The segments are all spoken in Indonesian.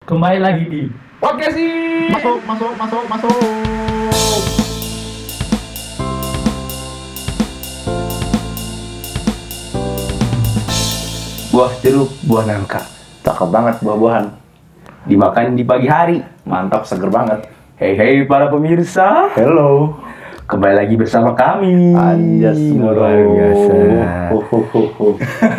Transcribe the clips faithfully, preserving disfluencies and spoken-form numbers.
Kembali lagi di podcast ini. Masuk, masuk, masuk, masuk. Buah jeruk, buah nangka. Cakep banget buah-buahan. Dimakan di pagi hari. Mantap, seger banget. Hei hei para pemirsa. Hello. Kembali lagi bersama kami. Anjas, luar biasa. Huh, huh, huh, huh.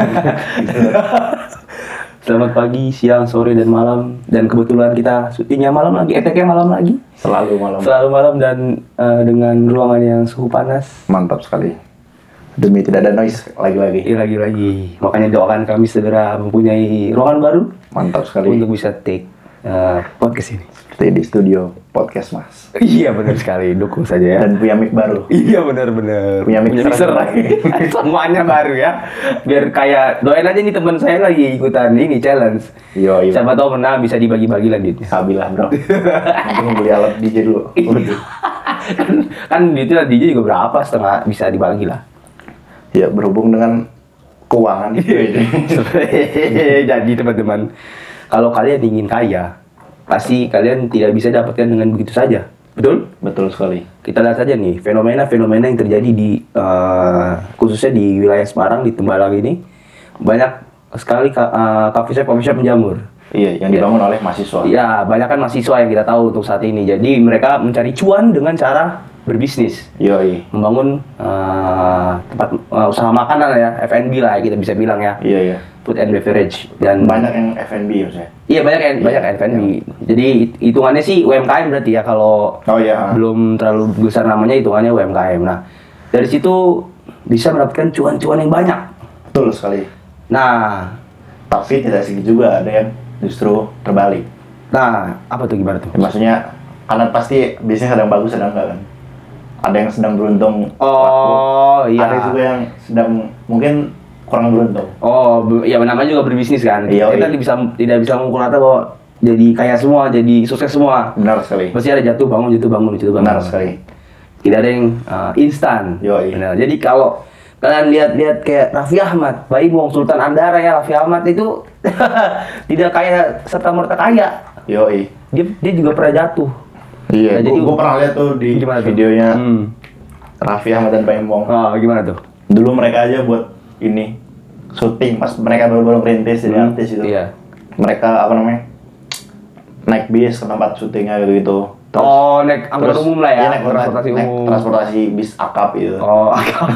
Selamat pagi, siang, sore, dan malam. Dan kebetulan kita syutingnya malam lagi, eteknya malam lagi. Selalu malam. Selalu malam dan eh, dengan ruangan yang suhu panas. Mantap sekali. Demi tidak ada noise lagi-lagi. Iya lagi-lagi. Makanya doakan kami segera mempunyai ruangan baru Mantap sekali. untuk bisa take eh, podcast ini. Seperti di studio podcast Mas. Iya benar sekali, dukung saja ya. Dan punya mic baru. Iya benar-benar. Punya mixer lagi. Semuanya baru ya. Biar kayak doain aja nih teman saya lagi ikutan ini challenge. Yo, yo. Siapa tahu menang bisa dibagi-bagi lah duitnya. Sabilah bro. Nanti beli alat D J dulu. Waduh. kan kan duitnya D J juga berapa setengah bisa dibagi lah. Ya berhubung dengan keuangan itu ini. Jadi teman-teman, kalau kalian ingin kaya, pasti kalian tidak bisa dapatkan dengan begitu saja. Betul? Betul sekali. Kita lihat saja nih fenomena-fenomena yang terjadi di eh, khususnya di wilayah Semarang di Tembalang ini banyak sekali ka, uh, coffee shop coffee shop menjamur. Iya, yang dibangun oleh mahasiswa. Ya, banyak kan mahasiswa yang kita tahu untuk saat ini. Jadi mereka mencari cuan dengan cara berbisnis, Yoi. membangun uh, tempat uh, usaha makanan ya, F and B lah kita bisa bilang ya, Iya, iya. food and beverage dan Banyak yang F and B maksudnya. iya banyak yang banyak F and B. Jadi hit- hitungannya sih U M K M berarti ya kalau Oh iya. belum terlalu besar namanya hitungannya U M K M. Nah, dari situ bisa mendapatkan cuan-cuan yang banyak. Betul sekali. Nah, Tapi tidak sedikit juga ada yang justru terbalik. nah apa tuh gimana tuh? Ya, maksudnya karena pasti biasanya sedang bagus sedang enggak kan. Ada yang sedang beruntung. Oh, laku. iya. Ada juga yang sedang mungkin kurang beruntung. Oh, be- ya namanya juga berbisnis kan. Iya, Kita iya. bisa tidak bisa mengukur rata bahwa jadi kaya semua, jadi sukses semua. Benar sekali. Pasti ada jatuh bangun, jatuh bangun, jatuh bangun. Benar sekali. Tidak ada yang uh, instan. Yoi. Benar. Jadi kalau kalian lihat-lihat kayak Raffi Ahmad, Bayi Wong Sultan Andara ya, Raffi Ahmad itu tidak kaya serta merta kaya. Yoi. Dia dia juga pernah jatuh. Iya, Nah, jadi- gue pernah lihat tuh di Gimana tuh? videonya Hmm. Raffi Ahmad dan Baim Wong. Oh, gimana tuh? Dulu mereka aja buat ini syuting pas mereka baru-baru merintis jadi Hmm, artis itu. iya. Mereka apa namanya? Naik bis ke tempat syutingnya gitu. Oh, naik angkutan umum lah ya, Iya, naik transportasi naik umum. transportasi bis akap gitu. Oh,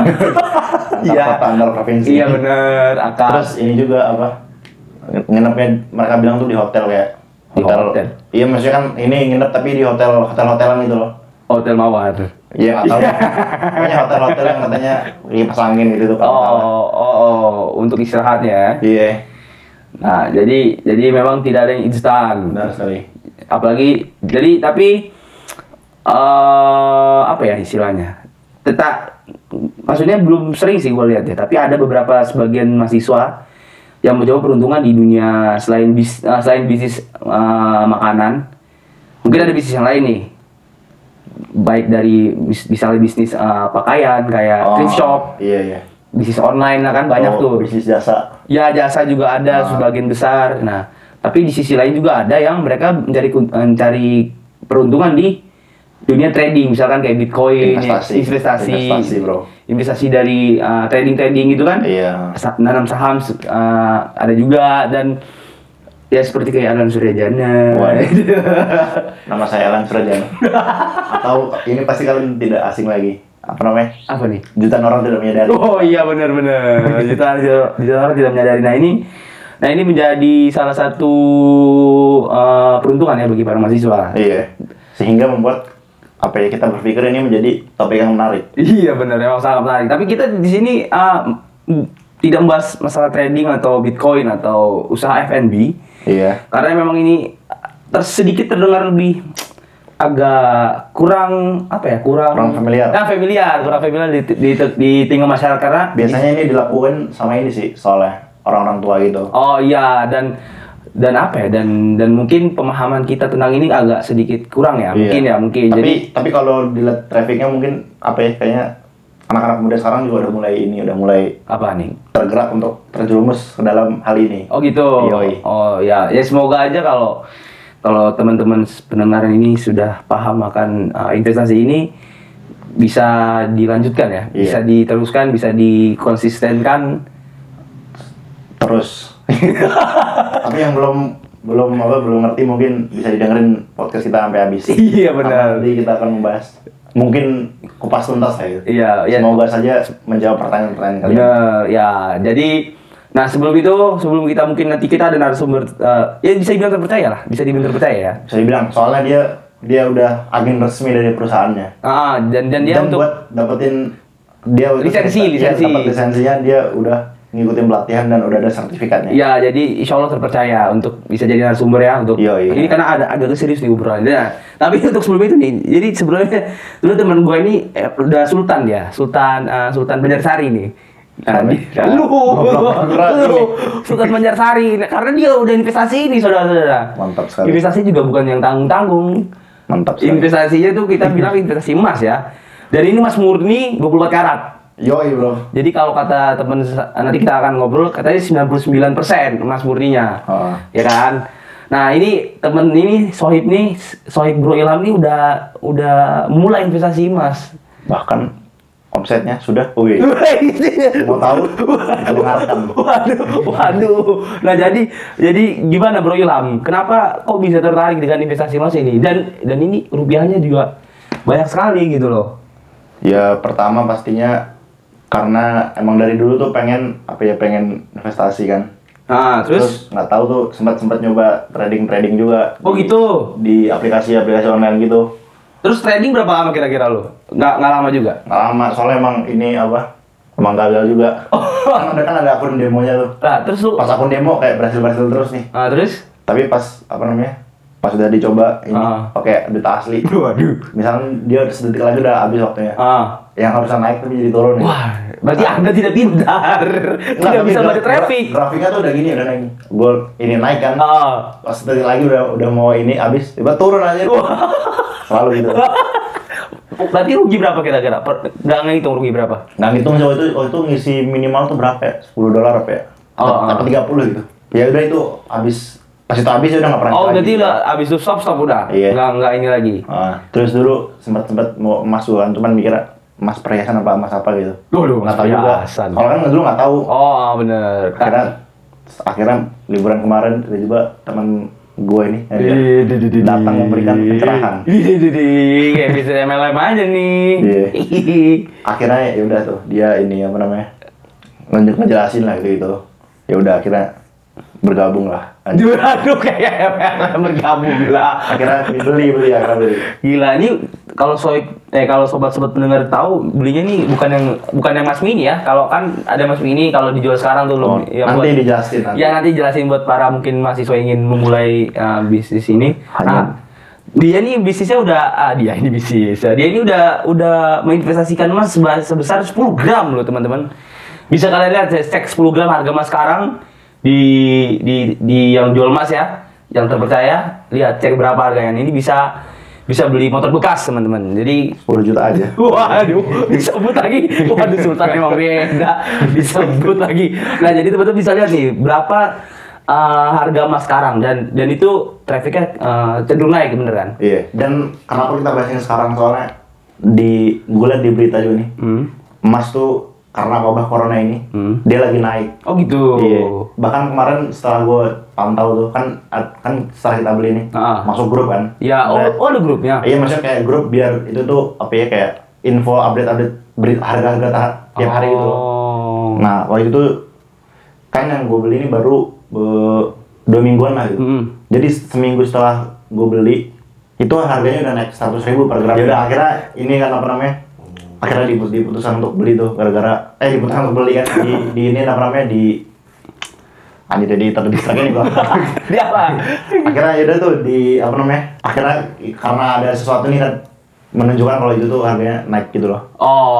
Iya. Antar provinsi. Iya bener, akal. Terus ini juga apa? Nginepnya mereka bilang tuh di hotel kayak Di hotel? Iya, maksudnya kan ini nginep tapi di hotel hotel-hotelan gitu loh. Hotel Mawar. Iya, nggak tahu. Pokoknya hotel-hotel yang katanya kipas angin gitu tuh kalau nggak salah. Oh, oh, oh, untuk istirahatnya. Iya, Nah, jadi jadi memang tidak ada yang instan. benar sekali. Apalagi jadi tapi eh apa ya istilahnya? Tetap maksudnya belum sering sih gue lihat ya, tapi ada beberapa sebagian mahasiswa yang mencoba peruntungan di dunia selain bis, eh, selain bisnis eh, makanan. Mungkin ada bisnis yang lain nih. Baik dari bis, misalnya bisnis eh, pakaian kayak thrift shop, Iya, iya. bisnis online lah kan banyak Oh, tuh. bisnis jasa. Ya jasa juga ada sebagian besar. Nah, tapi di sisi lain juga ada yang mereka mencari kun- mencari peruntungan di dunia trading, misalkan kayak Bitcoin, Investasi. investasi, Investasi, bro. investasi dari uh, trading-trading gitu kan. Iya. Sa- Nanam saham uh, ada juga dan ya seperti kayak Alan Suryajana. Waduh. Nama saya Alan Surajana. Atau ini pasti kalian tidak asing lagi. Apa namanya? Apa nih? Jutaan orang tidak menyadari. Oh iya benar-benar. Jutaan jutaan orang tidak menyadari. Nah ini, nah ini menjadi salah satu uh, peruntungan ya bagi para mahasiswa. Iya. Sehingga membuat apa ya kita berpikir ini menjadi topik yang menarik. Iya benar, memang sangat menarik. Tapi kita di sini uh, m- tidak membahas masalah trading atau Bitcoin atau usaha F and B Iya. karena memang ini ter sedikit terdengar lebih agak kurang apa ya kurang Kurang familiar. Nah, familiar, kurang familiar di, di, di tingkat masyarakat karena Biasanya ini dilakukan sama ini sih soalnya orang-orang tua gitu. oh iya dan dan apa ya dan dan mungkin pemahaman kita tentang ini agak sedikit kurang ya Iya. mungkin ya mungkin Tapi jadi tapi kalau dilihat trafficnya mungkin apa ya kayaknya anak-anak muda sekarang juga udah mulai ini udah mulai apa nih tergerak untuk terjerumus ke dalam hal ini. oh gitu Yoi. oh ya ya semoga aja kalau kalau teman-teman pendengar ini sudah paham akan uh, investasi ini, bisa dilanjutkan ya, Iya. bisa diteruskan, bisa dikonsistenkan. Terus. Tapi yang belum belum apa belum ngerti mungkin bisa didengerin podcast kita sampai habis. Iya, benar. Karena nanti kita akan membahas mungkin kupas tuntas ya gitu. Iya, iya. Semoga saja menjawab pertanyaan-pertanyaan kalian. Bener, ya. Jadi, nah sebelum itu, sebelum kita mungkin nanti kita ada narasumber, uh, ya bisa dibilang terpercaya lah, bisa dibilang terpercaya ya. Bisa dibilang soalnya dia dia udah agen resmi dari perusahaannya. Ah, dan dan dia Dan untuk buat dapetin dia Lisensi, dia lisensi. dapat lisensinya dia udah ngikutin pelatihan dan udah ada sertifikatnya. ya, jadi insya Allah terpercaya untuk bisa jadi narasumber ya untuk Iya, iya. ini karena ada agak serius nih obrolannya. Nah, tapi untuk sebelum itu nih, jadi sebelumnya dulu teman gue ini eh, udah Sultan dia, Sultan uh, Sultan Banjarsari nih. Nah, Kenapa? dia- Ya, lu, ngobrol-ngobrol lu, ini. Sultan Banjarsari, nah, karena dia udah investasi ini saudara-saudara. Mantap sekali. Investasi juga bukan yang tanggung-tanggung. Mantap sekali. Investasinya tuh kita bilang investasi emas ya. Dan ini emas murni dua puluh empat karat. Yoi bro. Jadi kalau kata teman nanti kita akan ngobrol katanya sembilan puluh sembilan persen emas murninya. Oh. Ya kan? Nah, ini temen ini Sohib nih, Sohib Bro Ilham nih udah udah mulai investasi emas. Bahkan omsetnya sudah, wih. Mau tahu? Dengarkan. Waduh, waduh. Nah, jadi jadi gimana Bro Ilham? Kenapa kok bisa tertarik dengan investasi emas ini? Dan dan ini rupiahnya juga banyak sekali gitu loh. Ya pertama pastinya karena emang dari dulu tuh pengen apa ya pengen investasi kan. Nah, terus, Terus nggak tahu tuh sempat sempat nyoba trading trading juga. oh di- gitu. Di aplikasi-aplikasi online gitu. Terus trading berapa lama kira-kira lo? Nggak nggak lama juga. Nggak lama soalnya emang ini apa? Emang gagal juga. Kan ada kan ada akun demonya tuh. Nah, terus lu Pas akun demo kayak berhasil berhasil terus nih. nah, terus Tapi pas apa namanya? Pas udah dicoba ini Ah. pakai duit asli. waduh. Misalnya dia sedetik lagi udah habis waktunya. Ah. Yang harusnya naik tapi jadi turun nih. Wah, berarti Anda tidak pintar. Nggak, Tidak tapi bisa gra- baca traffic. gra- Grafiknya tuh udah gini, udah naik. Gue ini naik kan. Ah. Pas sedetik lagi udah udah mau ini habis, tiba turun aja. Selalu gitu. Berarti rugi berapa kira-kira? Per- Nggak ngitung rugi berapa? Nggak ngitung sih waktu itu, waktu itu ngisi minimal tuh berapa ya? sepuluh dolar apa ya? Oh, Atau ah. tiga puluh gitu. Ya udah itu habis pas itu habis ya udah nggak pernah Oh, lagi. berarti lah abis itu stop stop udah. Iya. Nggak nggak ini lagi. Ah, terus dulu sempat sempat mau emas dulu kan, cuman mikir emas perhiasan apa emas apa gitu. Waduh, Nggak tahu juga. perhiasan. Kalau kan dulu nggak tahu. Oh, bener. Akhirnya akhirnya liburan kemarin tiba-tiba teman gue ini ya, dia datang memberikan pencerahan. Ih, kayak bisa M L M aja nih. Iya. Akhirnya ya udah tuh dia ini apa namanya nge- ngejelasin lah gitu gitu. Ya udah akhirnya bergabung lah. Aduh, aduh, kayak M L M bergabung lah. Akhirnya beli beli akhirnya beli. Gila, ini kalau soib eh kalau sobat-sobat pendengar tahu belinya nih bukan yang bukan yang Mas Mini ya. Kalau kan ada Mas Mini kalau dijual sekarang tuh Oh, lo yang nanti buat- dijelasin nanti. Ya nanti jelasin buat para mungkin mahasiswa yang ingin memulai uh, bisnis ini. Hanya- Nah, dia nih bisnisnya udah ah, dia ini bisnis. Dia ini udah udah menginvestasikan emas seba- sebesar sepuluh gram loh teman-teman. Bisa kalian lihat saya cek sepuluh gram harga emas sekarang di di di yang jual emas ya, yang terpercaya. Lihat cek berapa harganya. Ini bisa bisa beli motor bekas teman-teman. Jadi sepuluh juta aja. waduh, disebut lagi. Waduh, Sultan emang beda. Disebut lagi. Nah, jadi teman-teman bisa lihat nih berapa uh, harga emas sekarang dan dan itu trafficnya uh, cenderung naik bener kan? Iya. Dan kenapa kita bahas ini sekarang soalnya di gue liat di berita juga nih Hmm. emas tuh karena wabah corona ini Hmm. dia lagi naik. Oh gitu. Iya. Bahkan kemarin setelah gue pantau tuh kan kan setelah kita beli nih Ah. masuk grup kan. Ya, oh, Nah, oh ada grupnya. iya maksudnya kayak grup biar itu tuh apa ya kayak info update update berita harga-harga ta- tiap hari gitu loh. Oh. Nah waktu itu kan yang gue beli ini baru eh, dua mingguan lah gitu. Mm-mm. Jadi seminggu setelah gue beli itu harganya udah naik seratus ribu per gram. Ya udah akhirnya ini kan apa namanya? Akhirnya diput diputuskan untuk beli tuh gara-gara eh diputuskan untuk beli kan di, di ini apa namanya di anjir jadi terdistrak ini gua. Dia apa? Akhirnya ya udah tuh di apa namanya? Akhirnya karena ada sesuatu nih kan menunjukkan kalau itu tuh harganya naik gitu loh.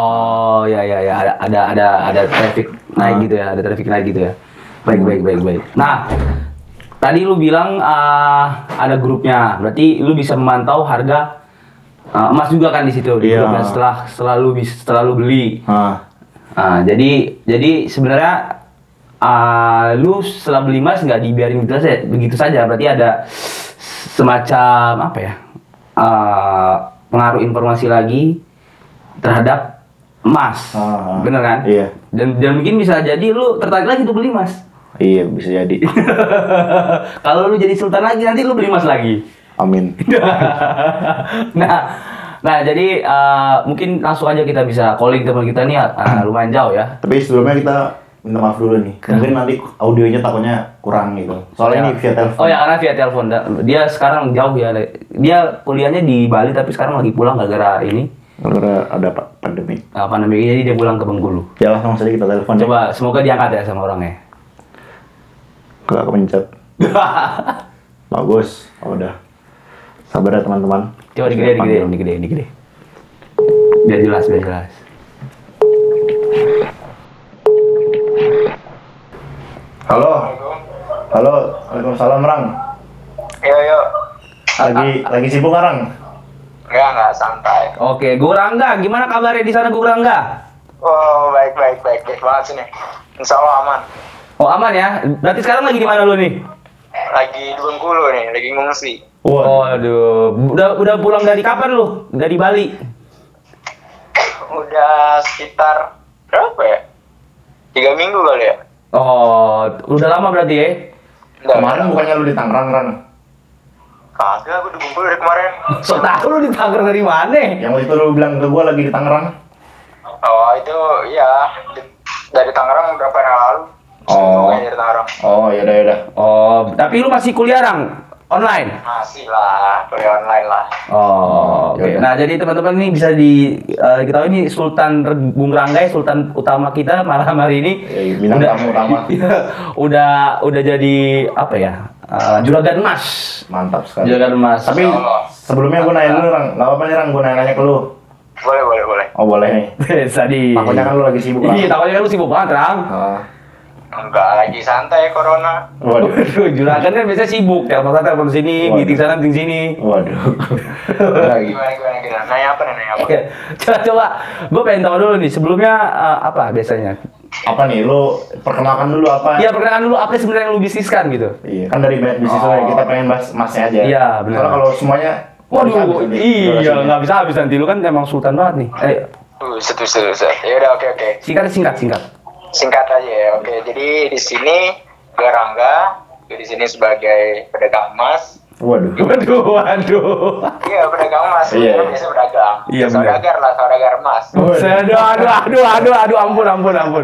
Oh, ya ya ya ada ada ada ada traffic naik gitu ya, ada traffic naik gitu ya. Baik baik baik baik. Nah, tadi lu bilang uh, ada grupnya, berarti lu bisa memantau harga uh, emas juga kan di situ di Iya. grupnya setelah setelah lu bis setelah lu beli. Nah, Nah, jadi jadi sebenarnya uh, lu setelah beli emas nggak dibiarin gitu saja, begitu saja. Berarti ada semacam apa ya? Uh, pengaruh informasi lagi terhadap emas. Ah, Bener kan? Iya. Dan dan mungkin bisa jadi lu tertarik lagi tuh beli emas. Iya, bisa jadi. Kalau lu jadi sultan lagi nanti lu beli emas lagi. Amin. nah, nah jadi uh, mungkin langsung aja kita bisa calling teman kita nih uh, lumayan jauh ya. Tapi sebelumnya kita minta maaf dulu nih. Mungkin nanti audionya takutnya kurang gitu. Soalnya ini via telepon. Oh ya, karena via telepon. Dia sekarang jauh ya. Dia kuliahnya di Bali tapi sekarang lagi pulang gara-gara ini. Gara-gara ada pa- pandemi. Nah, pandemi jadi dia pulang ke Bengkulu. Ya langsung saja kita telepon. Coba semoga diangkat ya sama orangnya. Gak kepencet. Bagus. Oh, udah. Sabar ya teman-teman. Coba digede, digede, digede, digede. Biar jelas, biar jelas. Halo. Halo. Waalaikumsalam, Rang. Yo yo. Lagi lagi sibuk nggak, Rang? Enggak, enggak santai. Oke, Gu Rangga, gimana kabarnya di sana Gu Rangga? Oh, baik baik baik baik banget sini. Insya Allah aman. Oh aman ya. Berarti sekarang lagi di mana lu nih? Lagi di Bengkulu nih, lagi ngungsi. Oh, aduh. Udah udah pulang dari kapan lu? Dari Bali? Udah sekitar berapa ya? Tiga minggu kali ya? Oh, udah lama berarti ya? Udah, Kemarin udah. bukannya lu di Tangerang, Rang? Kagak, gue di Bengkulu dari kemarin. So tau lu di Tangerang dari mana? Yang waktu itu lu bilang ke gua lagi di Tangerang. Oh itu iya di- dari Tangerang berapa hari yang lalu? Oh. Seminggu kayaknya dari Tangerang. Oh, ya udah ya udah. Oh, tapi lu masih kuliah Rang? Online? Masih lah, kuliah online lah. Oh, oke. Yaudah. Nah, jadi teman-teman ini bisa di uh, kita tahu ini Sultan Bung Ranggai, Sultan utama kita malam hari ini. Ya, bintang tamu utama. udah udah jadi apa ya? Uh, juragan emas. Mantap sekali. Juragan emas. Tapi sebelumnya gua nanya dulu, Rang. Enggak apa-apa nih, Rang. Gua nanya-nanya ke lu. Boleh, boleh, boleh. Oh, boleh nih. Tadi. Takutnya kan lu lagi sibuk, Rang. Iya, takutnya kan lu sibuk banget, Rang. Ah. Enggak, lagi santai corona. Waduh. Waduh, juragan kan biasanya sibuk, telepon sana, telepon sini, Waduh. meeting sana, meeting sini. Waduh. Lagi. Gimana, gimana, gimana? Nanya apa nih, nanya apa? Oke, coba coba, gue pengen tahu dulu nih sebelumnya uh, apa biasanya? Apa nih? Lu perkenalkan dulu apa? Iya, perkenalkan dulu apa sebenarnya yang lu bisniskan gitu. Iya, kan dari banyak bisnis lu ya, kita pengen bahas emasnya aja. Iya, benar. Soalnya kalau semuanya Waduh, nggak bisa habis nanti iya durasinya. nggak bisa habis nanti lu kan emang sultan banget nih. Eh, Uh, setu, setu, setu. Ya udah, oke, oke. singkat singkat singkat. Singkat aja ya. Oke, jadi di sini gue Rangga, gue di sini sebagai pedagang emas. Waduh. Waduh, waduh. Iya, pedagang emas. Iya. Iya. Biasa pedagang. Iya, benar. Saudagar lah, saudagar emas. Aduh, aduh, aduh, aduh, aduh, ampun, ampun, ampun.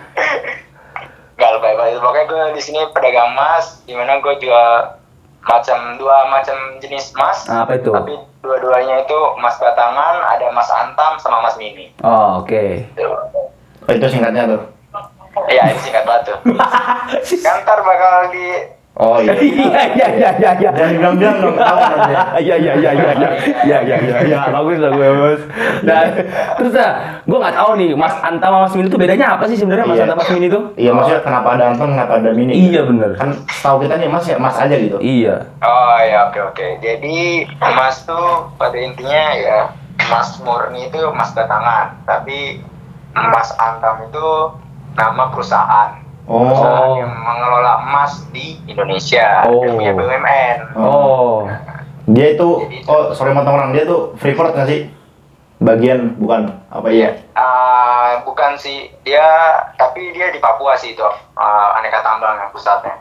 Gak lebay banget. Pokoknya gue di sini pedagang emas, dimana gue jual macam dua macam jenis emas. Apa itu? Tapi dua-duanya itu emas batangan, ada emas antam sama emas mini. Oh, oke. Tuh. Oh, itu singkatnya tuh. Iya, ini singkat banget tuh. Kan ntar bakal di Oh iya. Iya, iya, iya, iya, iya. Jangan bilang-bilang dong, tahu nanti. Iya, iya, iya, iya, iya, iya, iya, iya, iya, bagus, bagus. Nah, terus nah, gue nggak tahu nih, Mas Antam sama Mas Mini itu bedanya apa sih sebenarnya Mas Iya. Antam Mas Mini itu? Iya, maksudnya kenapa ada Anton, kenapa ada Mini? Iya, bener. Kan tahu kita nih emas ya emas aja gitu. Iya. Oh ya, oke oke. Jadi emas tuh pada intinya ya emas murni itu emas batangan, tapi emas antam itu nama perusahaan. Perusahaan Oh. yang mengelola emas di Indonesia, Oh. yang punya B U M N. Oh. Dia itu, oh sorry motong orang, dia tuh Freeport nggak sih? Bagian bukan apa ya? Ah, bukan sih dia, tapi dia di Papua sih itu ah, aneka tambang yang pusatnya.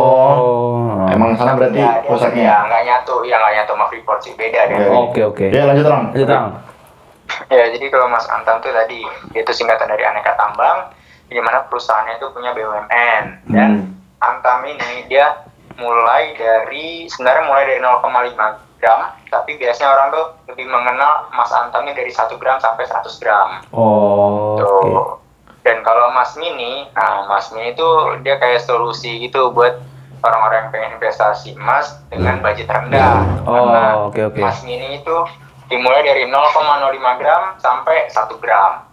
Oh. Emang sana berarti Ya, dia- pusatnya. Ya, nggak nyatu, ya nggak nyatu sama Freeport sih, beda deh. Oke, oke. Dia lanjut orang. Lanjut, Rang. Ya, jadi kalau Mas Antam tuh tadi itu singkatan dari aneka tambang, di mana perusahaannya itu punya B U M N dan Hmm. Antam ini dia mulai dari sebenarnya mulai dari nol koma lima gram, tapi biasanya orang tuh lebih mengenal Mas Antamnya dari satu gram sampai seratus gram. Oh. Tuh. Oke. Dan kalau Mas Mini, nah Mas Mini itu dia kayak solusi gitu buat orang-orang yang pengen investasi emas dengan budget rendah. Oh, Karena oke, oke. Mas Mini itu dimulai dari nol koma nol lima gram sampai satu gram.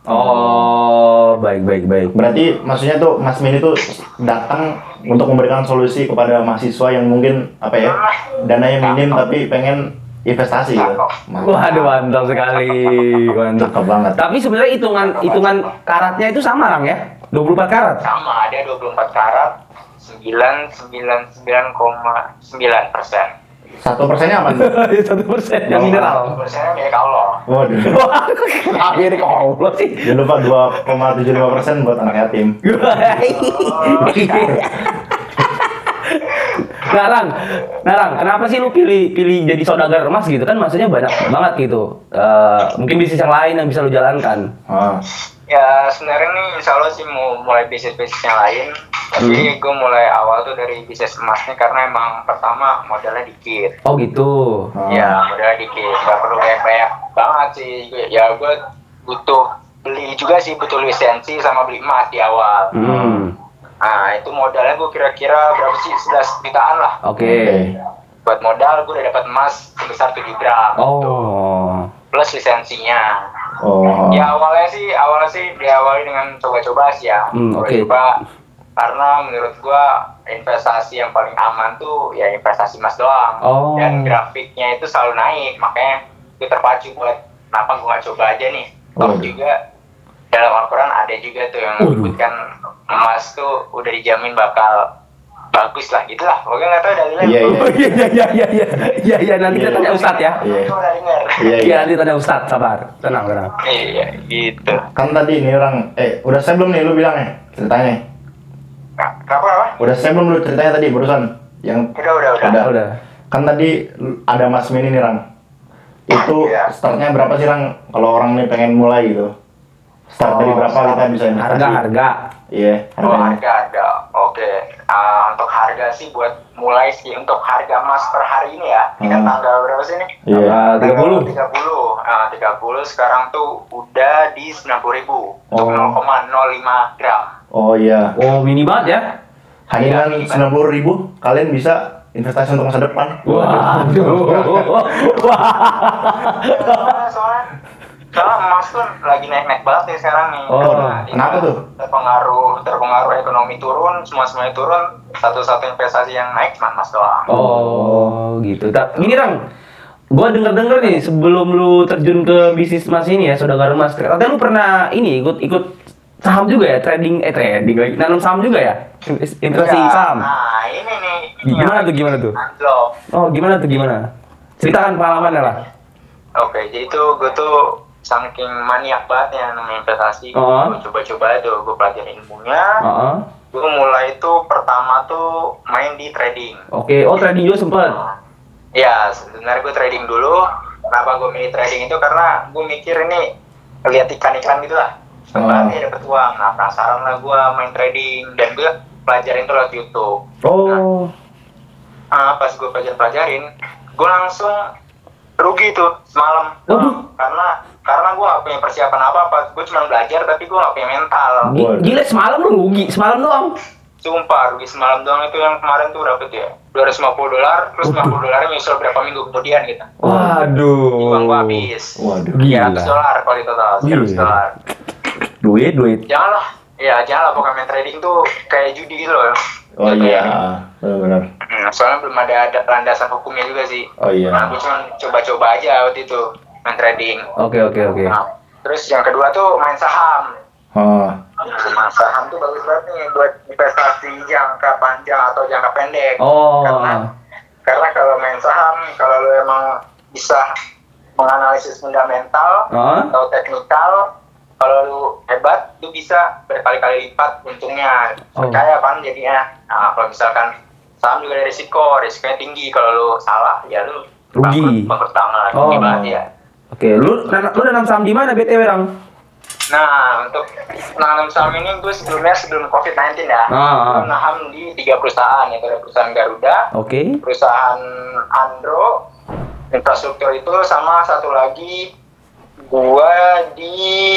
Oh, baik, baik, baik. Berarti maksudnya tuh Mas Mini tuh datang untuk memberikan solusi kepada mahasiswa yang mungkin apa ya dananya minim tapi pengen investasi gitu. Waduh, mantap sekali. Mantap. Cakep banget. Tapi sebenarnya hitungan hitungan karatnya itu sama, Rang ya? dua puluh empat karat. Sama, ada dua puluh empat karat, sembilan puluh sembilan koma sembilan persen. Satu persennya apa? Satu persen yang Oh, mineral. Persennya milik Allah. Waduh. Akhirnya kok Allah sih. Jangan lupa dua koma tujuh lima persen buat anak yatim. Narang, Narang, kenapa sih lu pilih pilih jadi saudagar emas gitu kan? Maksudnya banyak banget gitu. Eh, mungkin bisnis yang lain yang bisa lu jalankan. Ah. Ya sebenarnya nih insya Allah sih mau mulai bisnis-bisnis yang lain. Tapi Hmm. gue mulai awal tuh dari bisnis emasnya karena emang pertama modalnya dikit. Oh gitu. Ah. Ya modalnya dikit, nggak perlu banyak-banyak banget sih. Ya gue butuh beli juga sih, butuh lisensi sama beli emas di awal. Hmm. Nah itu modalnya gue kira-kira berapa sih, sebelas jutaan lah. Oke. Buat modal gue udah dapat emas sebesar tujuh gram. Oh. Plus lisensinya. Oh. Ya awalnya sih, awalnya sih diawali dengan coba-coba sih ya. Hmm, oke. Coba-coba karena menurut gua investasi yang paling aman tuh ya investasi emas doang. Oh. Dan grafiknya itu selalu naik, makanya gue terpacu buat kenapa gua nggak coba aja nih. Toh Waduh. juga dalam Al-Quran ada juga tuh yang Waduh. menyebutkan emas tuh udah dijamin bakal bagus lah, gitulah. Pokoknya nggak tahu dalilnya. Iya, Oh iya iya iya iya iya iya iya nanti kita tanya Ustadz ya. Iya. Gue udah denger. Iya, Iya iya. nanti tanya Ustadz, sabar, tenang tenang. Iya, gitu. Kan tadi nih orang, eh udah saya belum nih lu bilangnya ceritanya. Nah, kenapa apa? Udah saya belum lu ceritanya tadi barusan yang Udah, udah, udah. Udah. Udah. kan tadi ada Mas Mini nih Rang. Itu Iya. startnya berapa sih Rang kalau orang nih pengen mulai gitu? Start dari Oh, berapa start. kita bisa investasi? Harga harga. Iya, Oh harganya. harga harga, oke. Ah, untuk harga sih buat mulai sih untuk harga emas per hari ini ya. Ini kan Hmm. tanggal berapa sih ini? Iya. Tanggal tiga puluh. tiga puluh. Ah, tiga puluh sekarang tuh udah di sembilan puluh ribu untuk Oh. nol koma nol lima gram. Oh iya. Oh mini banget ya. Hanya Iya, dengan iya. sembilan puluh ribu kalian bisa investasi untuk masa depan. Waduh. Wah. Soalnya, soalnya, soalnya emas tuh lagi naik-naik banget nih sekarang nih. Oh, Karena kenapa dia tuh? Terpengaruh, terpengaruh ekonomi turun, semua semuanya turun. Satu-satu investasi yang naik cuma emas doang. Oh gitu. Tak, gini Rang, gua denger-denger nih sebelum lu terjun ke bisnis emas ini ya, saudagar emas. Katanya lu pernah ini ikut ikut saham juga ya, trading eh trading lagi, nanam saham juga ya, investasi Enggak. saham. Nah, ini nih. ini Gimana yang tuh, gimana tuh? anjlok. Oh gimana tuh gimana? Ceritakan pengalamannya lah. Oke, jadi tuh gue tuh saking maniak banget ya namanya investasi. Oh. Gue coba-coba tuh, gue pelajarin ilmunya. Heeh. Gue mulai tuh pertama tuh main di trading. Oke, oh trading juga sempet. Ya, sebenarnya gue trading dulu. Kenapa gue milih trading itu? Karena gue mikir ini lihat iklan-iklan gitu lah. Oh. Kembali dapat uang. Nah, penasaran lah gue main trading dan gue pelajarin tuh lewat YouTube. Oh. Ah, pas gue pelajarin-pelajarin, gue langsung rugi tuh semalam. Waduh. Karena karena gue gak punya persiapan apa-apa. Gue cuma belajar tapi gue gak punya mental. Gi- Gila semalam lu rugi, semalam doang. Sumpah, rugi semalam doang. Itu yang kemarin tuh berapa tuh ya? dua ratus lima puluh dolar, terus lima puluh dolarnya nyusul berapa minggu kemudian gitu. Waduh. Uang gue habis. Waduh. Gila. tiga ratus dolar kalau di total, tiga ratus Gila. dolar. Duit, duit. Janganlah. Ya, janganlah pokoknya main trading tuh kayak judi gitu loh. Oh iya, benar-benar. Hmm, soalnya belum ada, ada landasan hukumnya juga sih. Oh iya. Nah, gue cuma coba-coba aja waktu itu main trading. Oke, oke, oke. Nah, terus yang kedua tuh main saham. Oh. Nah, saham tuh bagus banget nih buat investasi jangka panjang atau jangka pendek. Oh. Karena karena kalau main saham, kalau lo emang bisa menganalisis fundamental Hah? atau teknikal, kalau lu hebat, lu bisa berkali-kali lipat untungnya. Oh. Percaya kan jadinya. Nah, kalau misalkan saham juga ada risiko, risikonya tinggi. Kalau lu salah, ya lu Rugi. bangkrut, bangkrut banget, Oh. rugi banget ya. Oke, lu nan- lu nanam saham di mana B T W, Rang? Nah, untuk nanam saham ini gue sebelumnya sebelum covid sembilan belas ya, Ah, ah. gue naham di tiga perusahaan, yaitu ada perusahaan Garuda, Oke. perusahaan Andro, infrastruktur itu, sama satu lagi gue di,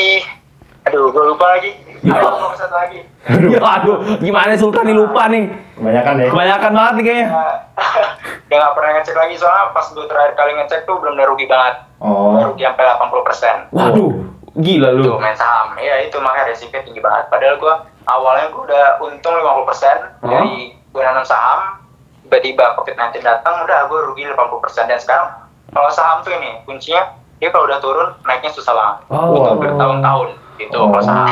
aduh gue lupa lagi, Ya. ada ngomong satu lagi. Ya, aduh, gimana Sultan nih lupa nih. Kebanyakan ya. Kebanyakan banget nih kayaknya. Udah gak pernah ngecek lagi soalnya pas gue terakhir kali ngecek tuh belum udah rugi banget, Oh. rugi sampai delapan puluh persen. Waduh, gila lu. Tuh main saham, ya itu makanya resikonya tinggi banget. Padahal gue awalnya gue udah untung lima puluh persen Oh. dari gue nanam saham, tiba-tiba covid sembilan belas datang, udah gue rugi delapan puluh persen. Dan sekarang kalau saham tuh ini kuncinya, dia kalau udah turun naiknya susah banget, Oh. butuh bertahun-tahun gitu Oh. kalau saham.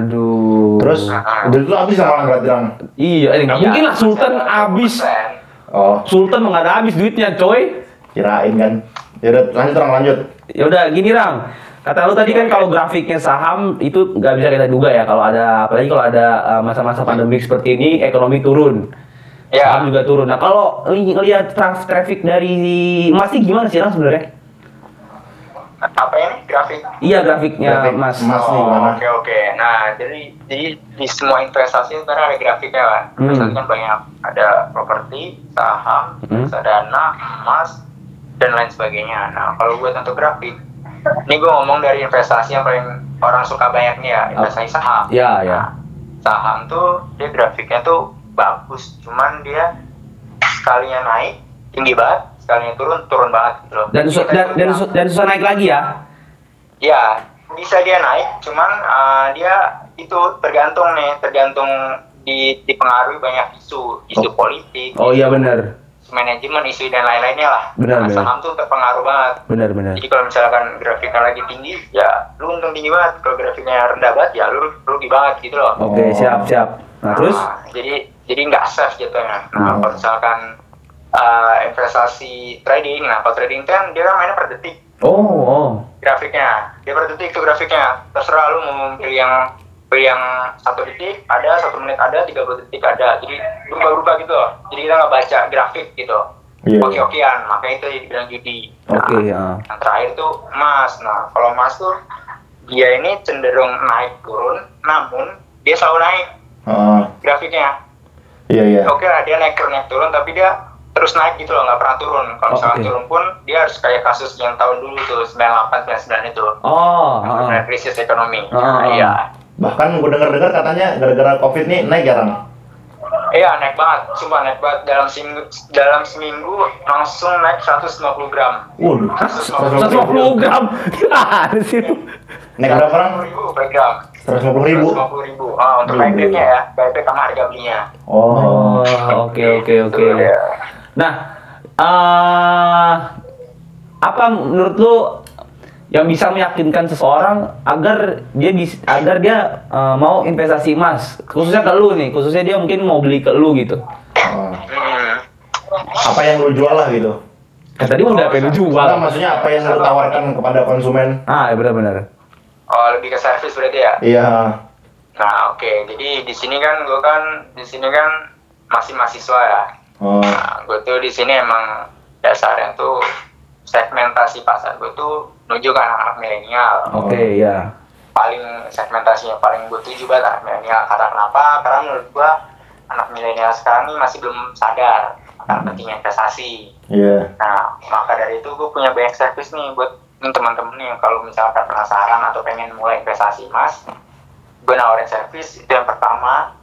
Waduh. Terus Ah. udah itu habis sama orang berarti Rang. Iya, eh, nggak Iya, mungkin lah Sultan masih ada abis. dua puluh persen. Oh, Sultan mah nggak ada habis duitnya, coy. kirain kan. Ya udah lanjut Rang, lanjut. Ya udah gini Rang. Kata lu tadi kan kalau grafiknya saham itu nggak bisa kita duga ya kalau ada apalagi kalau ada uh, masa-masa pandemi seperti ini ekonomi turun. Ya. Saham juga turun. Nah, kalau li- lihat traf- traffic dari emas sih gimana sih Rang sebenarnya? Apa ini grafik? Iya grafiknya Grafik emas. emas. nih Oh, gimana? oke oke. Nah, jadi jadi di semua investasi sebenarnya ada grafiknya kan. Hmm. Investasi kan banyak. Ada properti, saham, Hmm. reksadana, emas, dan lain sebagainya. Nah, kalau buat untuk grafik, ini gue ngomong dari investasi yang paling orang suka banyak nih ya, investasi saham. Ya, ya. Nah, saham tuh dia grafiknya tuh bagus, cuman dia sekalinya naik tinggi banget, sekalinya turun turun banget gitu loh. Dan susah, Kita dan, itu dan, bilang, susah, dan susah naik lagi ya. ya bisa dia naik, cuman uh, dia itu tergantung nih, tergantung di dipengaruhi banyak isu, isu Oh. politik, Oh iya benar. manajemen, isu dan lain-lainnya lah. Benar, Nah, benar. saham tuh terpengaruh banget. Benar benar. Jadi kalau misalkan grafiknya lagi tinggi, ya lu untung tinggi banget. Kalau grafiknya rendah banget, ya lu rugi banget gitu loh. Oke, Oh. siap siap. Nah, terus Nah, jadi jadi nggak safe jatuhnya. Nah, Hmm. kalau misalkan uh, investasi trading, nah kalau trading kan dia kan mainnya per detik oh, oh. grafiknya. Dia per detik tuh grafiknya. Terserah lu mau pilih yang pilih yang satu detik ada, satu menit ada, tiga puluh detik ada. Jadi berubah-ubah gitu loh. Jadi kita nggak baca grafik gitu. Iya. Oke-okean, makanya itu dibilang judi. Nah, Oke, ya. yang terakhir tuh emas. Nah, kalau emas tuh dia ini cenderung naik turun, namun dia selalu naik Ah, grafiknya. iya iya. Oke lah, dia naik turun naik turun, tapi dia terus naik gitu loh, nggak pernah turun. Kalau Oh, misalkan oke. turun pun dia harus kayak kasus yang tahun dulu tuh sembilan puluh delapan sembilan puluh sembilan itu, Oh, karena ah. krisis ekonomi. Ah, Nah, ah. iya, Bahkan gue dengar-dengar katanya gara-gara covid nih naik ya Rang? iya naik banget, sumpah naik banget dalam seminggu dalam seminggu langsung naik seratus lima puluh gram. Waduh, seratus lima puluh gram. Gimana sih lu? naik berapa Rang? ribu per gram. seratus lima puluh ribu. seratus lima puluh ribu. Ah, untuk Waduh. buybacknya ya, buyback sama harga belinya. Oh, Oh, oke oke oke. Gitu, ya. Nah, eh apa menurut lu yang bisa meyakinkan seseorang agar dia bisa agar dia eh, mau investasi emas, khususnya ke lu nih, khususnya dia mungkin mau beli ke lu gitu. Oh. Hmm. Apa yang lu jual lah gitu? Kan tadi udah apa yang lu jual. Enggak, maksudnya apa yang lu tawarkan kepada konsumen? Ah, ya benar-benar. Oh, lebih ke service berarti ya? Iya. Nah, oke. Jadi di sini kan gue kan di sini kan masih mahasiswa ya. Oh, Nah, gue tuh di sini emang dasarnya tuh segmentasi pasar gue tuh menuju ke anak-anak milenial. Oke, ya. Paling segmentasinya paling gue tuju banget anak milenial. Karena kenapa? Karena menurut gue anak milenial sekarang ini masih belum sadar akan pentingnya investasi. iya. Nah, maka dari itu gue punya banyak service nih buat temen-temen nih yang kalau misalkan penasaran atau pengen mulai investasi emas, gue nawarin service. Itu yang pertama.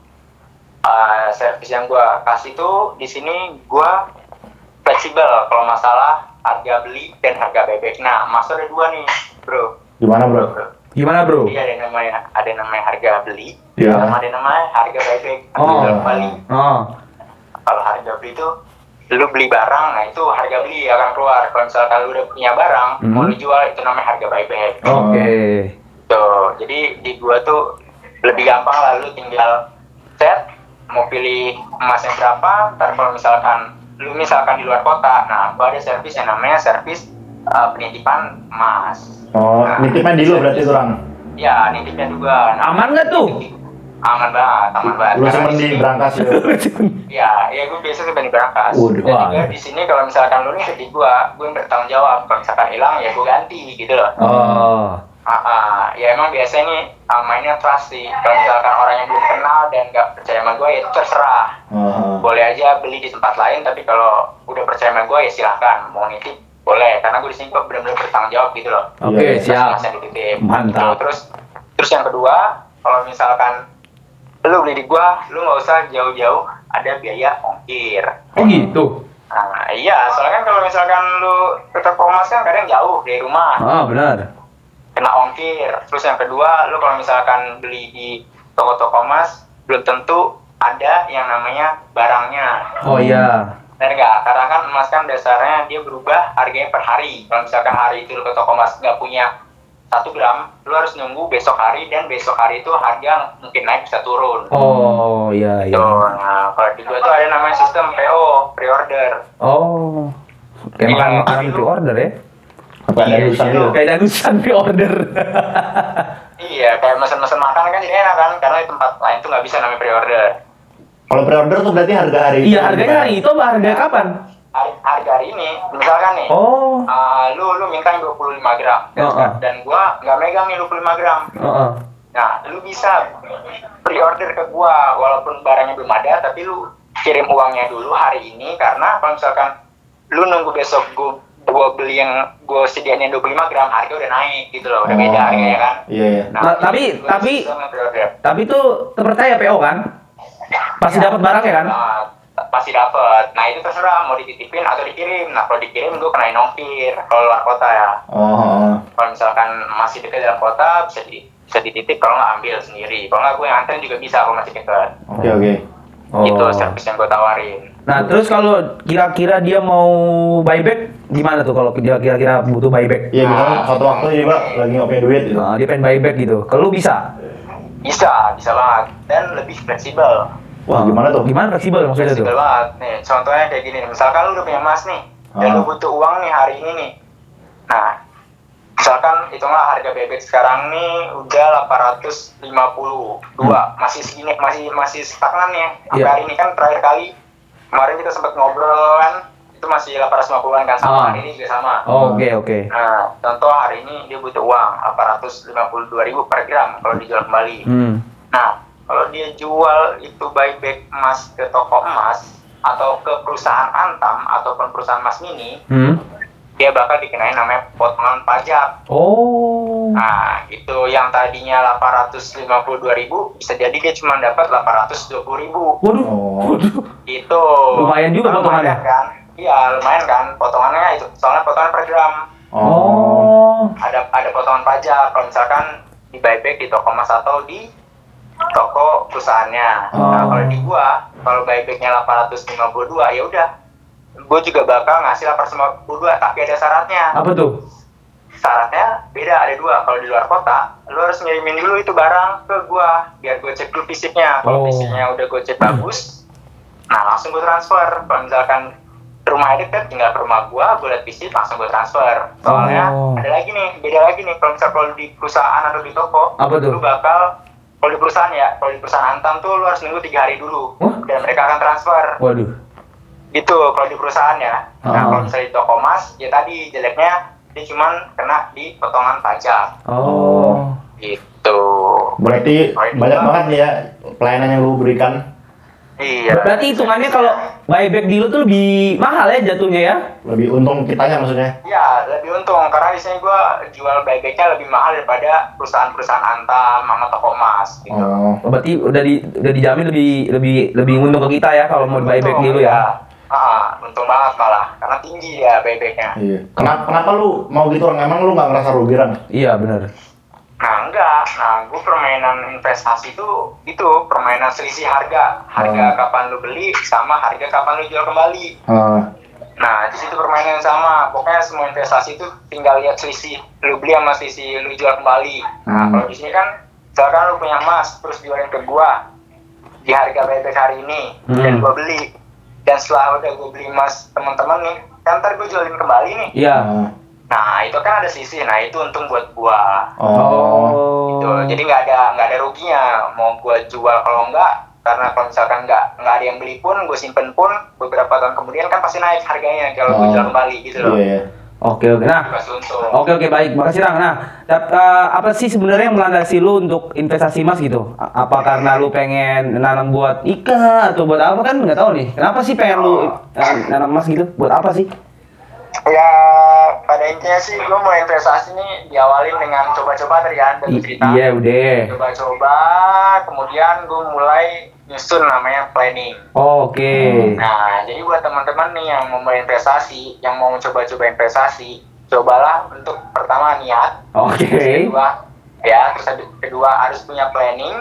Uh, service yang gue kasih tuh di sini gue fleksibel kalau masalah harga beli dan harga buyback. Nah, emas tuh ada dua nih, bro. Gimana bro? Bro. Gimana, Bro? Jadi ada yang namanya ada yang namanya harga beli, Iya. sama ada yang namanya harga buyback, harga Oh. jual kembali. Oh. Kalau harga beli itu lu beli barang, nah itu harga beli akan keluar. Kalau misalkan lu udah punya barang, Hmm. mau lu jual itu namanya harga buyback. Oke. Tuh, jadi di gua tuh lebih gampang lah, lu tinggal set mau pilih emasnya berapa. Ntar kalau misalkan lu misalkan di luar kota, nah gua ada servis yang namanya servis uh, penitipan emas. Oh, Nah, nitipnya di lu berarti tuh Rang? Ya, nitipnya juga. Nah, Aman nggak tuh? Aman banget, aman banget. Lu Karena simpen di sini- berangkas ya? Ya, ya gue biasa simpen di berangkas. Waduh. Dan Wah. juga di sini kalau misalkan lu nih di gua, gue bertanggung jawab. Kalau misalkan hilang ya gue ganti gitu loh. Oh. Ah, ah. Ya emang biasanya nih ah, mainnya trust sih. Kalau misalkan orang yang belum kenal dan nggak percaya sama gue ya itu terserah. Oh. Boleh aja beli di tempat lain, tapi kalau udah percaya sama gue ya silahkan. Mau nitip boleh, karena gue di sini kok benar-benar bertanggung jawab gitu loh. Oke, Iya. siap. Mas yang dititip. Mantap. Terus terus yang kedua, kalau misalkan lu beli di gua, lu nggak usah jauh-jauh ada biaya ongkir. Oh gitu. Nah, iya, soalnya kan kalau misalkan lu ke toko emas kan kadang jauh dari rumah, Ah, benar. kena ongkir. Terus yang kedua, lu kalau misalkan beli di toko-toko emas, belum tentu ada yang namanya barangnya. Oh iya. Benar nggak? Karena kan emas kan dasarnya dia berubah harganya per hari. Kalau misalkan hari itu lu ke toko emas nggak punya satu gram, lu harus nunggu besok hari, dan besok hari itu harga mungkin naik bisa turun. Oh, iya iya. Tuh, nah kalau di gua tuh ada namanya sistem P O, pre-order. Oh. Kayak Iya, makan makanan jadi lu- pre-order ya? Apa ada Iya, urusan jadi gitu? lu- Kayak danusan pre-order. Iya, kayak mesen-mesen makan kan jadi enak kan, karena di tempat lain tuh nggak bisa namanya pre-order. Kalau pre-order tuh berarti harga hari itu Iya, harganya hari itu apa harga kapan? Hari, harga hari ini, misalkan nih, Oh. uh, lu lu minta yang dua puluh lima gram, dan, Oh, oh. dan gua nggak megang nih dua puluh lima gram. Heeh. Nah, lu bisa pre-order ke gua walaupun barangnya belum ada, tapi lu kirim uangnya dulu hari ini, karena kalau misalkan lu nunggu besok gua gua beli yang gua sediain yang dua puluh lima gram, harga udah naik gitu loh, udah Oh. beda harganya kan. Iya, iya. Nah, tapi- gua tapi- bisa nge-pre-order. Tapi itu terpercaya P O kan? Pasti Ya, dapat barangnya kan? banget. Pasti dapat. Nah, itu terserah mau dititipin atau dikirim. Nah, kalau dikirim gua kenain ongkir kalau luar kota ya. Oh, oh. Kalau misalkan masih dekat dalam kota bisa di bisa dititip, kalau nggak ambil sendiri. Kalau nggak gue yang anterin juga bisa kalau masih dekat. Oke, oke. Itu Oh. servis yang gue tawarin. Nah, terus kalau kira-kira dia mau buyback gimana tuh kalau dia kira-kira butuh buyback? Iya, misalnya suatu waktu dia Pak, lagi nggak punya duit gitu. Nah, dia pengen buyback gitu. Kalau lu bisa? Bisa, bisa banget. Dan lebih fleksibel. Wah, gimana tuh? Gimana fleksibel maksudnya tuh? Fleksibel banget. Nih, contohnya kayak gini. Misalkan lu udah punya emas nih, dan Ah. lu butuh uang nih hari ini nih. Nah, misalkan hitunglah harga bebek sekarang nih udah delapan ratus lima puluh dua, masih segini, masih masih stagnan ya. Sampai Iya. hari ini kan terakhir kali kemarin kita sempat ngobrol kan, itu masih delapan ratus lima puluhan kan, sama Ah. hari ini juga sama. Oh, Oke, oke. Nah, contoh hari ini dia butuh uang delapan ratus lima puluh dua ribu per gram kalau dijual kembali. Hmm. Nah, kalau dia jual itu buyback emas ke toko emas atau ke perusahaan Antam ataupun perusahaan emas mini, Hmm. dia bakal dikenain namanya potongan pajak. Oh. Nah, itu yang tadinya delapan ratus lima puluh dua ribu bisa jadi dia cuma dapat delapan ratus dua puluh ribu. Waduh. Oh. Waduh. Itu Lumayan juga potongannya. Lumayan kan? Iya, lumayan kan potongannya itu. Soalnya potongan per gram. Oh. Ada ada potongan pajak kalau misalkan di buyback di toko emas atau di toko perusahaannya. Nah, Oh. kalau di gua, kalau buybacknya delapan ratus lima puluh dua, ya udah. Gua juga bakal ngasih delapan ratus lima puluh dua, tapi ada syaratnya. Apa tuh? Syaratnya beda, ada dua. Kalau di luar kota, lu harus ngirimin dulu itu barang ke gua biar gua cek dulu fisiknya. Kalau Oh. fisiknya udah gua cek bagus, nah langsung gua transfer. Kalau misalkan rumahnya deket, tinggal ke rumah gua, gua liat fisik, langsung gua transfer. Soalnya Oh. ada lagi nih, beda lagi nih. Kalau misalkan kalau di perusahaan atau di toko, Apa tuh? lu bakal, kalau di perusahaan ya, kalau di perusahaan Antam tuh lu harus nunggu tiga hari dulu, Wah. dan mereka akan transfer. Waduh. Gitu kalau di perusahaan ya. Nah, Oh. kalau misalnya di toko emas, ya tadi jeleknya dia cuman kena di potongan pajak. Oh. Gitu. Berarti banyak banget nih ya pelayanan yang lu berikan. Iya. Berarti hitungannya kalau buyback di lu tuh lebih mahal ya jatuhnya ya? Lebih untung kitanya maksudnya. Ya, lebih untung karena di sini gua jual buybacknya lebih mahal daripada perusahaan-perusahaan Antam sama toko emas gitu. Oh. Oh, berarti udah di udah dijamin lebih lebih lebih untung ke kita ya kalau mau buyback di lu ya? Ah, untung banget malah karena tinggi ya buybacknya. Iya. Kenapa, kenapa lu mau gitu orang? Emang lu nggak ngerasa rugi Ran? Iya benar. Nah enggak, nah gue permainan investasi itu itu permainan selisih harga, harga Oh. kapan lu beli sama harga kapan lu jual kembali. Ah. Nah di situ permainan yang sama, pokoknya semua investasi itu tinggal lihat selisih lu beli sama selisih lu jual kembali. Nah Hmm. kalau di sini kan, misalkan lu punya emas terus jualin ke gua di harga buyback hari ini Hmm. dan gua beli, dan setelah udah gua beli emas teman-teman nih, kan ntar gua jualin kembali nih. Iya. Ah. Nah itu kan ada selisih, nah itu untung buat gua. Oh. Gitu. Jadi nggak ada nggak ada ruginya mau gue jual kalau enggak, karena kalau misalkan nggak nggak ada yang beli pun gue simpen pun beberapa tahun kemudian kan pasti naik harganya kalau gue Oh. jual kembali gitu loh. Iya, iya. Oke oke. Nah, Pasti untung. oke oke baik. Makasih Rang. Nah, dap- eh, apa sih sebenarnya yang melandasi lu untuk investasi emas gitu? A- Apa karena lu pengen nanam buat ikan atau buat apa kan nggak tahu nih. Kenapa sih pengen lu eh, nanam emas gitu? Buat apa sih? Ya pada intinya sih gue mau investasi nih diawalin dengan coba-coba tadi kan dari I- cerita. iya udah. Coba-coba, kemudian gue mulai nyusun namanya planning. Oh, Oke. Nah, jadi buat teman-teman nih yang mau mulai investasi, yang mau coba-coba investasi, cobalah untuk pertama niat, Oke. kedua ya, terus habis- kedua harus punya planning.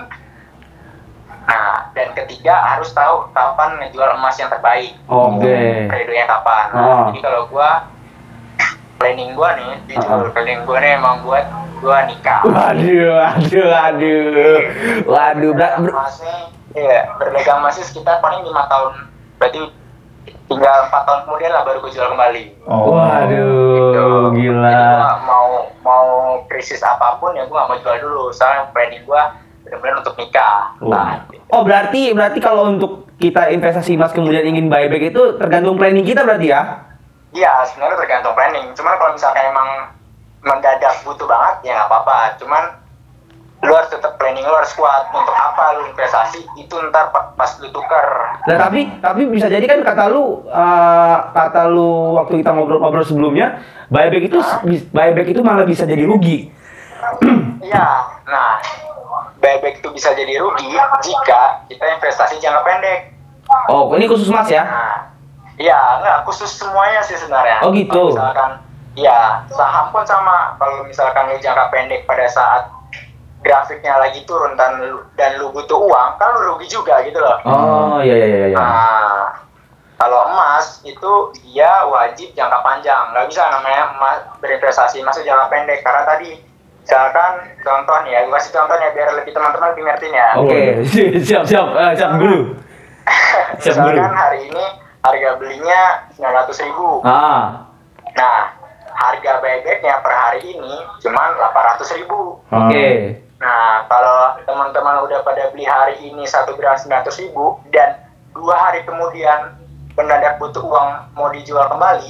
Nah, dan ketiga harus tahu kapan ngejual emas yang terbaik. Oke. Periodenya kapan. Oh. Jadi kalau gua planning gua nih, jujur Oh. planning gua nih emang buat gua nikah. Waduh, waduh, waduh. Waduh, berat. Berdagang emasnya, iya, berdagang emasnya sekitar paling lima tahun. Berarti tinggal empat tahun kemudian lah baru gua jual kembali. Oh. Waduh, Jadi gila. gua mau mau krisis apapun ya gua nggak mau jual dulu. Soalnya planning gua benar-benar untuk nikah. Oh. Nah, Oh, berarti berarti kalau untuk kita investasi emas kemudian ingin buyback itu tergantung planning kita berarti ya? iya, sebenarnya tergantung planning. Cuman kalau misalkan emang mendadak butuh banget ya nggak apa-apa. Cuman lu harus tetap planning, lu harus kuat. Untuk apa lu investasi itu ntar pa- pas lu tuker. Nah, tapi tapi bisa jadi kan kata lu uh, kata lu waktu kita ngobrol-ngobrol sebelumnya, buyback itu buyback itu malah bisa jadi rugi. Iya, nah buyback itu bisa jadi rugi jika kita investasi jangka pendek. Oh, ini khusus Mas ya? Nah, iya, nggak khusus semuanya sih sebenarnya. Oh, gitu. Kalau misalkan, ya saham pun sama. Kalau misalkan lu jangka pendek pada saat grafiknya lagi turun dan lu, dan lu butuh uang, kan lu rugi juga gitu loh. Oh, iya iya iya iya. Nah, kalau emas itu dia wajib jangka panjang, nggak bisa namanya emas berinvestasi emas itu jangka pendek karena tadi misalkan contoh nih ya, gue kasih contoh ya biar lebih teman-teman lebih ngertiin ya. Oke, siap siap eh, siap guru. Siap guru. Misalkan hari ini harga belinya sembilan ratus ribu. Ah, Nah, harga buybacknya per hari ini cuma delapan ratus ribu. oke. Nah, kalau teman-teman udah pada beli hari ini satu gram sembilan ratus ribu dan dua hari kemudian mendadak butuh uang mau dijual kembali,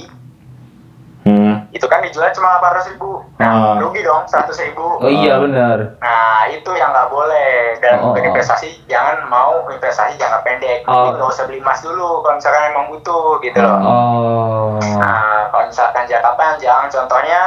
Hmm. itu kan dijual cuma delapan ratus ribu. Nah, Ah. rugi dong seratus ribu. Oh iya benar. Nah, itu yang nggak boleh dalam Oh, oh, oh. berinvestasi. Jangan mau investasi jangka pendek. Oh. Jadi nggak usah beli emas dulu kalau misalkan emang butuh gitu loh. Oh. Nah, kalau misalkan jangka panjang, contohnya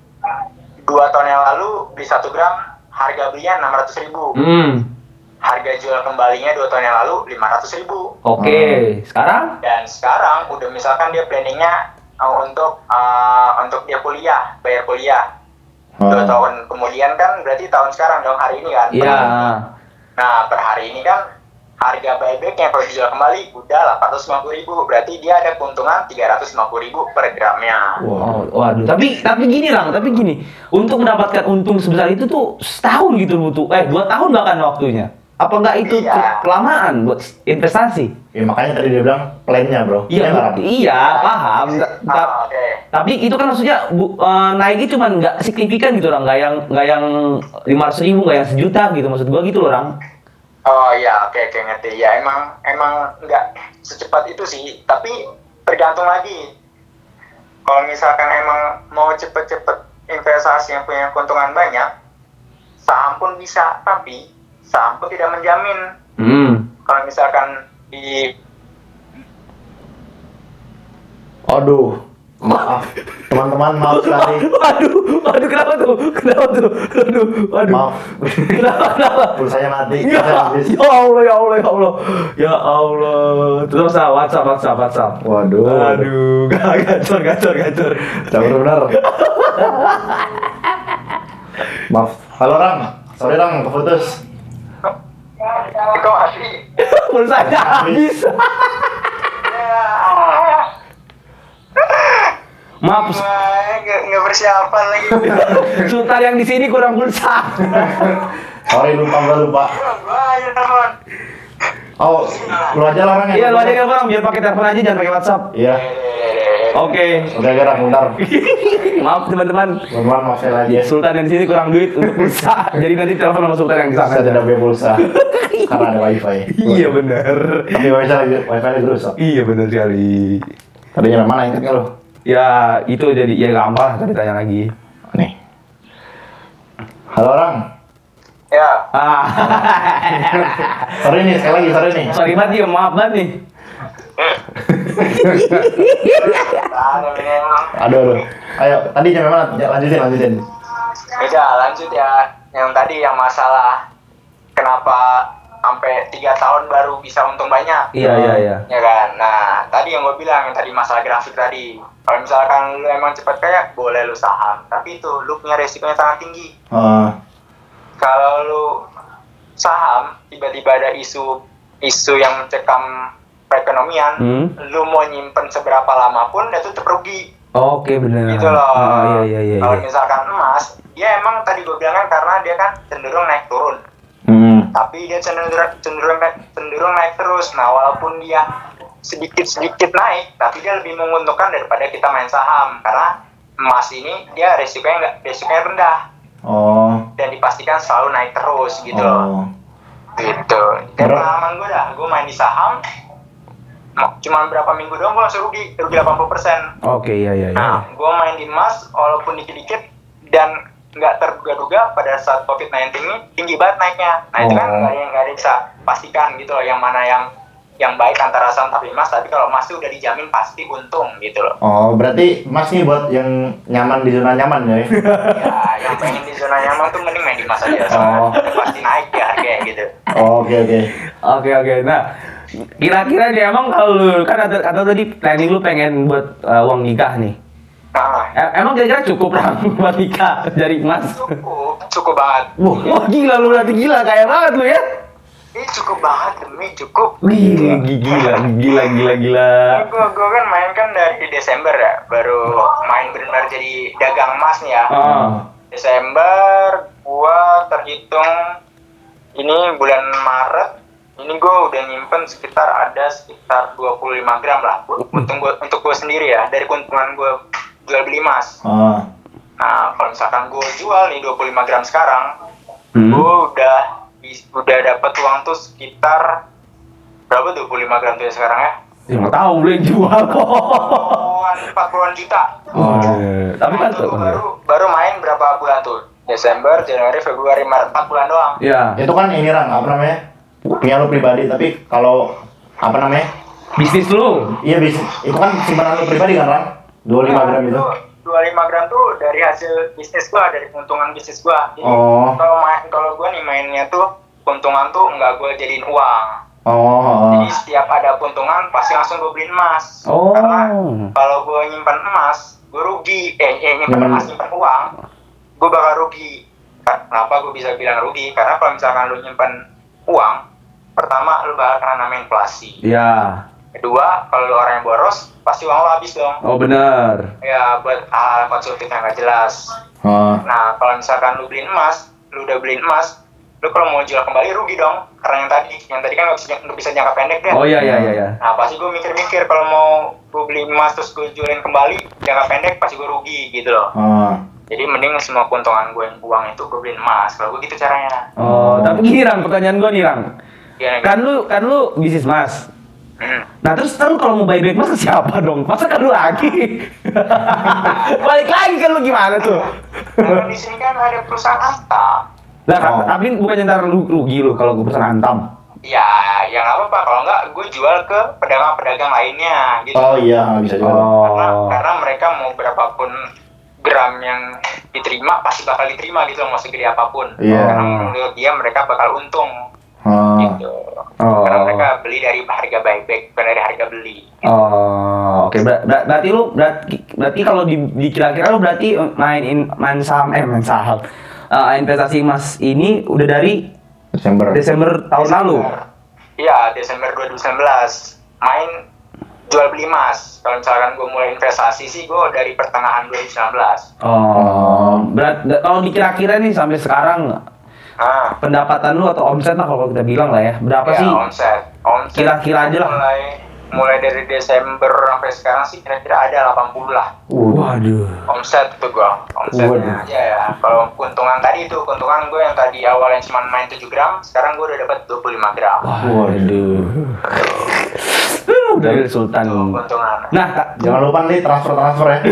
dua tahun yang lalu beli satu gram harga belinya enam ratus ribu. Hmm. Harga jual kembalinya dua tahun yang lalu lima ratus ribu. Oke, sekarang? Dan sekarang udah misalkan dia planningnya uh, untuk uh, untuk dia kuliah, bayar kuliah. Dua Oh. tahun kemudian kan berarti tahun sekarang dong hari ini kan. Iya. Nah, per hari ini kan harga buybacknya kalau dijual kembali udah delapan ratus lima puluh ribu. Berarti dia ada keuntungan tiga ratus lima puluh ribu per gramnya. Oh, waduh. Tapi tapi gini Lang, tapi gini. Untuk mendapatkan untung sebesar itu tuh setahun gitu butuh. Eh, dua tahun bahkan waktunya. Apa enggak itu Iya. ke- kelamaan buat investasi? Ya, makanya tadi dia bilang plan-nya, Bro. Iya, nggak, Ram? iya, paham. Ta- ta- Ah, oke. Tapi itu kan maksudnya bu, eh, naiknya cuma nggak signifikan gitu orang, nggak yang nggak yang lima ratus ribu, nggak yang sejuta gitu maksud gua gitu loh orang. Oh iya, oke oke ngerti. Ya emang emang nggak secepat itu sih, tapi tergantung lagi. Kalau misalkan emang mau cepet-cepet investasi yang punya keuntungan banyak, saham pun bisa, tapi saham pun tidak menjamin. Hmm. Kalau misalkan di Aduh, maaf. Teman-teman, maaf sekali. Waduh, waduh kenapa tuh? Kenapa tuh? Waduh, waduh. Maaf. Kenapa? Kenapa? Pulsanya mati. Ya, Pulsanya habis. ya Allah, ya Allah, ya Allah, ya Allah. Terus ah, WhatsApp, WhatsApp, WhatsApp. Waduh. Aduh, gacor, gacor, gacor. Udah benar. Maaf. Halo, Ram. Sorry, Ram, keputus. kok mati? Pulsanya habis. Maaf, Wah, nggak nggak persiapan lagi. Sultan yang di sini kurang pulsa. Sorry, lupa gua lupa. Wah, ya teman. Oh, lu aja lah, Ram. Iya, lu aja kan orang biar pakai telepon aja, jangan pakai WhatsApp. Iya. Oke. Udah, Ram, bentar. Maaf teman-teman. Teman-teman, maaf saya lagi ya. Sultan yang di sini kurang duit untuk pulsa. Jadi nanti telepon sama Sultan yang di sana. Saya tidak punya pulsa. Karena ada wifi. Iya benar. Tapi wifi lagi, wifi lagi rusak. Iya benar sekali. Tadi nyampe mana internetnya lu? Ya itu jadi ya gampang tadi tanya lagi. Nih. Halo, Ram. Ya, Ah. Sorry nih, sekali lagi, sorry nih. Sorry banget ya, maaf banget nih. ada memang. Aduh, aduh. Ayo, tadi nyampe mana? Ya, lanjutin, lanjutin. Udah lanjut ya. Yang tadi yang masalah kenapa sampai tiga tahun baru bisa untung banyak. Iya iya iya. Ya kan. Nah, tadi yang gue bilang yang tadi masalah grafik tadi. Kalau misalkan lu emang cepat kaya, boleh lu saham. Tapi itu lu punya resikonya sangat tinggi. Uh, Kalau lu saham, tiba-tiba ada isu isu yang mencekam perekonomian, Hmm. lu mau nyimpen seberapa lama pun itu tetap rugi. Oke, benar. Gitu loh. Oh, iya iya iya. Kalau iya. misalkan emas, dia emang tadi gue bilang kan karena dia kan cenderung naik turun. Hmm. Tapi dia cenderung cenderung cenderung naik terus. Nah, walaupun dia sedikit-sedikit naik, tapi dia lebih menguntungkan daripada kita main saham karena emas ini dia resikonya nggak resikonya rendah Oh. dan dipastikan selalu naik terus gitu Oh. loh. Gitu. Dan Bro. pengalaman gue dah, gue main di saham cuma berapa minggu doang gue langsung rugi, rugi delapan puluh persen. Oke, iya iya iya. Nah, gue main di emas walaupun dikit-dikit dan nggak terduga-duga pada saat covid sembilan belas ini tinggi banget naiknya. Nah itu kan Oh. nggak ada yang nggak ada yang bisa pastikan gitu loh yang mana yang yang baik antara saham tapi emas. Tapi kalau emas itu udah dijamin pasti untung gitu loh. Oh, berarti emas nih buat yang nyaman di zona nyaman ya? Ya yang pengen di zona nyaman tuh mending main di emas aja. Soalnya Oh. pasti naik ya harganya gitu. Oh, oke oke. Oke oke. Nah, kira-kira nih emang kalau lu kan ada kata tadi planning lu pengen buat uh, uang nikah nih. Nah, E- emang kira-kira cukup lah buat nikah dari emas? cukup, cukup banget. Wah, wah gila lu berarti gila kaya banget lu ya. Ini cukup banget demi cukup. Gila, gila, gila, gila, gila. Gue gue kan main kan dari Desember ya, baru main benar-benar jadi dagang emas nih ya. Ah. Desember gua terhitung ini bulan Maret ini gua udah nyimpen sekitar ada sekitar dua puluh lima gram lah untuk gua untuk gua sendiri ya dari keuntungan gua jual beli emas. Ah. Nah kalau misalkan gua jual nih dua puluh lima gram sekarang, Hmm. gua udah udah dapat uang tuh sekitar berapa dua puluh lima gram tuh ya sekarang ya? Ya nggak tahu lu yang jual kok. empat puluhan juta. Oh, iya. Tapi kan Itu tuh. gua baru baru main berapa bulan tuh? Desember, Januari, Februari, Maret, empat bulan doang. Ya, Itu kan ini Rang, apa namanya? Punya lu pribadi, tapi kalau apa namanya? bisnis lu. Iya bis, itu kan simpanan lu pribadi kan Rang? dua puluh lima gram itu. dua puluh lima gram tuh dari hasil bisnis gua, dari keuntungan bisnis gua. Jadi Oh. kalau main kalau gua nih mainnya tuh keuntungan tuh nggak gua jadiin uang. Oh. Jadi setiap ada keuntungan pasti langsung gua beliin emas. Oh. Karena kalau gua nyimpan emas, gua rugi. Eh, eh nyimpan Nyimpan- emas, nyimpan uang, gua bakal rugi. Kenapa gua bisa bilang rugi? Karena kalau misalkan lu nyimpan uang, pertama lu bakal kena namanya inflasi. Ya. Kedua, kalau lu orang yang boros, pasti uang lu habis dong. Oh benar. Ya buat hal konsumtif yang gak jelas. Oh. Nah kalau misalkan lu beliin emas, lu udah beliin emas, lu kalau mau jual kembali rugi dong. Karena yang tadi, yang tadi kan nggak bisa nggak bisa jangka pendek deh. Oh iya iya iya. iya. Nah pasti gue mikir-mikir kalau mau gue beli emas terus gue jualin kembali jangka pendek pasti gue rugi gitu loh. Oh. Jadi mending semua keuntungan gue yang uang itu gue beliin emas. Kalau gue gitu caranya. Oh, tapi gini Rang, pertanyaan gua nih Rang. Gimana, Kan lu kan lu bisnis mas. Hmm. Nah terus terus kalau mau buyback mas ke siapa dong? Masa kan lu lagi? Balik lagi kan lu gimana tuh? Kalau di sini kan ada perusahaan Antam. Lah kan, Oh. tapi bukan ntar lu rugi lu kalau gue pesan antam. Ya, ya nggak apa-apa. Kalau nggak, gue jual ke pedagang-pedagang lainnya gitu. Oh iya, nggak bisa juga. Karena, Oh. karena mereka mau berapapun gram yang diterima pasti bakal diterima gitu loh, mau segede apapun. Iya. Karena menurut dia mereka bakal untung Oh. gitu. Oh. Karena mereka beli dari harga buyback bukan dari harga beli. Oh, oke. Ber- ber- berarti lu berarti berarti kalau di, dikira-kira lu berarti main main saham eh main saham. Eh, investasi emas ini udah dari Desember. Desember tahun lalu. Iya, Desember dua ribu sembilan belas main jual beli emas. Kalau misalkan gue mulai investasi sih gue dari pertengahan dua ribu sembilan belas. Oh, berat kalau dikira-kira nih sampai sekarang Ah, pendapatan lu atau omset lah kalau kita bilang lah ya. Berapa ya, sih? omset. Omset Kira-kira aja lah. Mulai mulai dari Desember sampai sekarang sih kira-kira ada delapan puluh lah. Waduh. Omset tuh gua, omsetnya Waduh. aja ya. Kalau keuntungan tadi itu, keuntungan gue yang tadi awalnya cuma main tujuh gram, sekarang gue udah dapat dua puluh lima gram. Waduh. Udah dari Sultan. Tuh keuntungan. Nah, Kak, Jangan lupa nih transfer-transfer ya.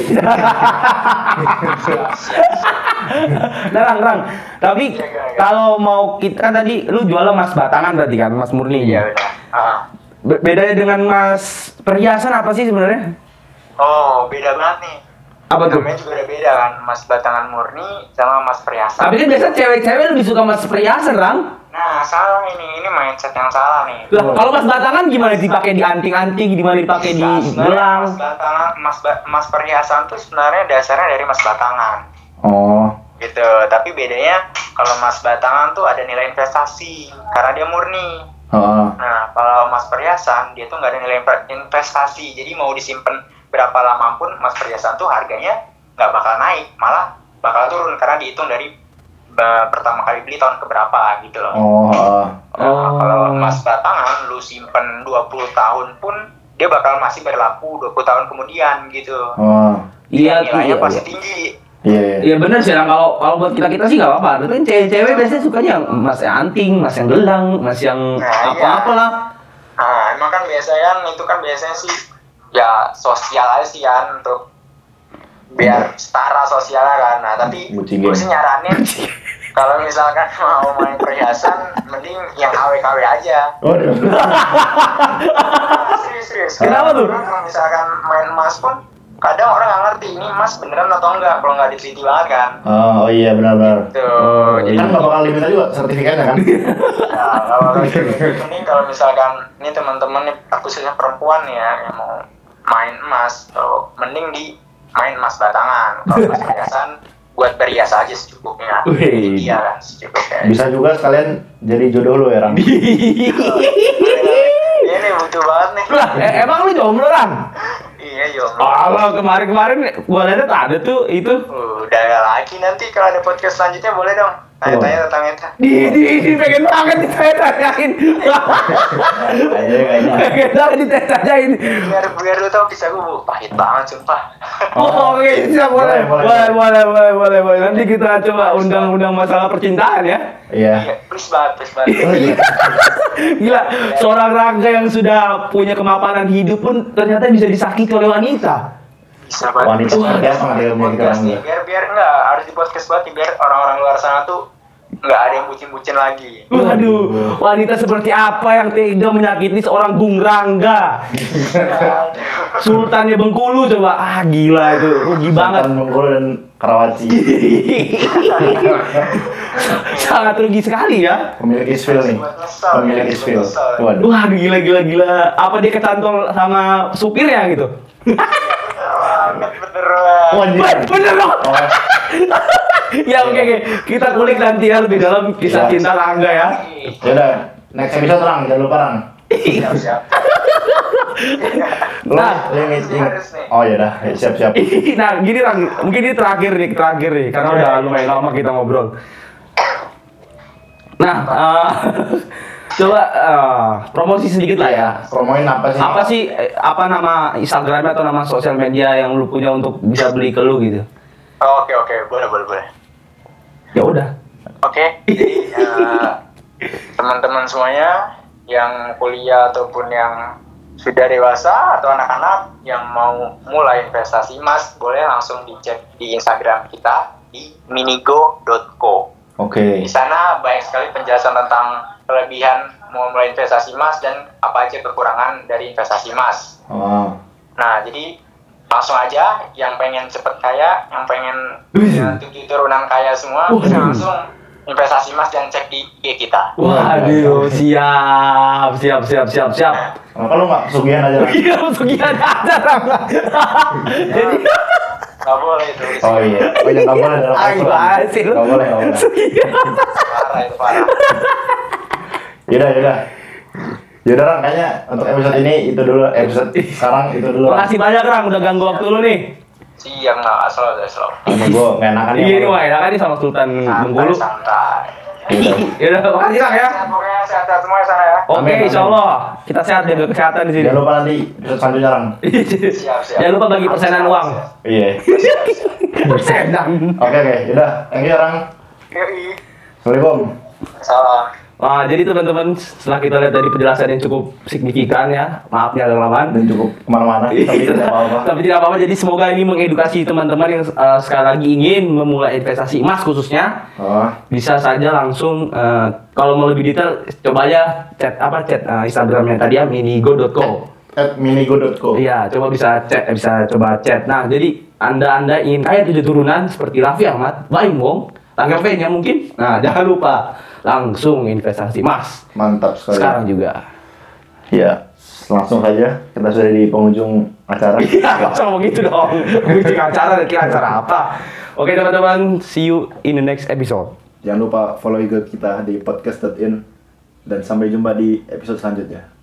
nah, Rang, Rang. Tapi Iya, iya, iya. kalau mau kita kan tadi lu jual emas batangan berarti kan, emas murni. Iya benar. Ah. Be- Bedanya dengan emas perhiasan apa sih sebenarnya? Oh, beda banget nih. Apa tuh? Namanya juga udah beda kan, emas batangan murni sama emas perhiasan. Tapi kan biasa cewek-cewek lebih suka emas perhiasan, Rang. Nah, salah ini, ini mindset yang salah nih. Lah, kalau emas batangan gimana dipakai di anting-anting, gimana dipakai di Nah, sebenarnya gelang? emas batangan, emas, ba- emas perhiasan tuh sebenarnya dasarnya dari emas batangan. Oh. Gitu, tapi bedanya kalau emas batangan tuh ada nilai investasi karena dia murni. Oh. Nah, kalau emas perhiasan dia tuh nggak ada nilai inve- investasi, jadi mau disimpan berapa lama pun emas perhiasan tuh harganya nggak bakal naik, malah bakal turun karena dihitung dari uh, pertama kali beli tahun keberapa gitu loh. Oh. Uh. Nah, Oh. kalau emas batangan lu simpen dua puluh tahun pun dia bakal masih berlaku dua puluh tahun kemudian gitu. Oh. Iya, Nilainya iya, pasti iya. tinggi. Iya. Iya. Iya benar sih, Lang. kalau kalau buat kita kita sih nggak apa-apa. Tapi kan cewek-cewek biasanya sukanya yang emas yang anting, emas yang gelang, emas yang Nah, apa-apa iya. lah. Nah, emang kan biasanya kan itu kan biasanya sih ya sosial aja sih kan untuk biar setara sosialnya kan. Nah, tapi Bucin gue game. sih nyaranin kalau misalkan mau main perhiasan mending yang A W K W aja. Oh, iya. Nah, serius serius. Kenapa tuh? Karena kalau misalkan main emas pun kadang orang nggak ngerti ini emas beneran atau enggak kalau nggak diteliti banget kan. Oh, oh iya benar-benar. Tuh, Oh, jadi Kan nggak bakal diminta juga sertifikatnya kan? ya, kalau ini kalau misalkan ini teman-teman nih khususnya perempuan nih ya yang mau main emas, kalau mending di main emas batangan. Kalau emas perhiasan buat berhias aja secukupnya. Wih. Iya kan secukupnya. Bisa juga sekalian jadi jodoh lu ya, Ram. Ini butuh banget nih. Lah, eh, emang lu jomblo, Lang? Iya jomblo. Allah, kemarin-kemarin gua lihat ada tuh itu. Udah gak lagi nanti kalau ada podcast selanjutnya boleh dong tanya-tanya tentang itu. Di, di, di pengen banget ditanya-tanyain. Aja kayaknya. Pengen banget ditanya-tanyain. Biar biar lu tau kisah gue pahit banget sumpah. Oh, oke, siap, boleh. Boleh, Boleh, boleh. boleh, boleh, boleh, boleh. Nanti kita coba undang-undang masalah percintaan ya. Iya. Iya, please banget, please banget. Gila, seorang Rangga yang sudah punya kemapanan hidup pun ternyata bisa disakiti oleh wanita. Bisa banget. Wanita seperti apa nggak dia punya Podcast nih, kita biar biar enggak harus di podcast banget nih, biar orang-orang luar sana tuh nggak ada yang bucin-bucin lagi. Waduh, wanita seperti apa yang tega menyakiti seorang Gung Rangga? Sultannya Bengkulu coba. Ah, gila itu. Rugi banget. Sultan Bengkulu dan Karawaci. Sangat rugi sekali ya. Pemilik Isfil nih. Pemilik Isfil. Waduh. Wah, gila gila gila. Apa dia kecantol sama supirnya gitu? Bener banget. Waduh. Bener dong. Oh, Ya oke oke, kita kulik nanti ya lebih dalam kisah Ya. cinta Rangga ya. yaudah. Next episode Rang, jangan lupa Rang. Siap siap. Lu- Nah. lu inget- inget. Harus nih. Oh yaudah, siap-siap. Nah gini Rang, mungkin ini terakhir nih, terakhir nih, karena udah lumayan lama kita ngobrol. Nah, eh, coba eh, promosi sedikit lah ya. Promoin apa sih? Apa sih, eh, apa nama Instagram atau nama sosial media yang lu punya untuk bisa beli ke lu gitu? Oh, Oke oke, boleh boleh boleh. Ya udah. Oke, jadi eh, teman-teman semuanya yang kuliah ataupun yang sudah dewasa atau anak-anak yang mau mulai investasi emas boleh langsung dicek di Instagram kita di minigo dot co. Oke. Di sana banyak sekali penjelasan tentang kelebihan mau mulai investasi emas dan apa aja kekurangan dari investasi emas. Oh. Nah, jadi langsung aja yang pengen cepet kaya, yang pengen Wih. punya tujuh turunan kaya semua Waduh. bisa langsung investasi emas dan cek di I G kita. Waduh, siap, siap, siap, siap, siap. Kenapa lu nggak pesugihan aja Rang? Iya, sekian aja Rangga. Jadi, Gak boleh itu. Oh iya. Oh iya nggak boleh dalam ah, gimana sih lu? Nggak boleh, nggak boleh. Sekian. Parah itu parah. Yaudah, yaudah. Yaudah Rang, kayaknya untuk episode ini itu dulu. Episode sekarang itu dulu. Rang. Makasih banyak Rang, udah ganggu waktu lu nih. Siang lah, asal udah slow. Sama gue nggak enakan ya. Iya, ini wah enak nih sama Sultan Bengkulu. Santai. Yaudah. Ya udah, makasih Rang ya. Sehat, pokoknya sehat-sehat semua ya sana ya. Oke, Amin, amin. insya Allah kita sehat jaga kesehatan di sini. Jangan lupa nanti episode selanjutnya Rang. Siap, siap. Jangan lupa bagi persenan uang. Iya. Persenan. Oke oke. Yaudah. Thank you Rang. Yoi. Assalamualaikum. Salam. Wah, jadi teman-teman setelah kita lihat tadi penjelasan yang cukup signifikan ya, maaf nih agak kelamaan. Dan cukup kemana-mana. Tapi tidak apa-apa. Tapi tidak apa-apa. Jadi semoga ini mengedukasi teman-teman yang uh, sekali lagi ingin memulai investasi emas khususnya. Oh. Bisa saja langsung uh, kalau mau lebih detail coba aja chat apa chat uh, Instagramnya tadi ya minigo dot co. At minigo dot co. Iya, coba bisa chat, eh, bisa coba chat. Nah, jadi anda-anda ingin kaya tujuh turunan seperti Raffi Ahmad, Baim Wong, Rangga Fenya mungkin. Nah, jangan lupa langsung investasi emas Mantap sekali. sekarang juga. Ya, langsung saja kita sudah di penghujung acara. Iya, nggak usah ngomong gitu dong. Bikin acara, kira acara apa? Oke teman-teman, see you in the next episode. Jangan lupa follow I G kita di podcast dot in dan sampai jumpa di episode selanjutnya.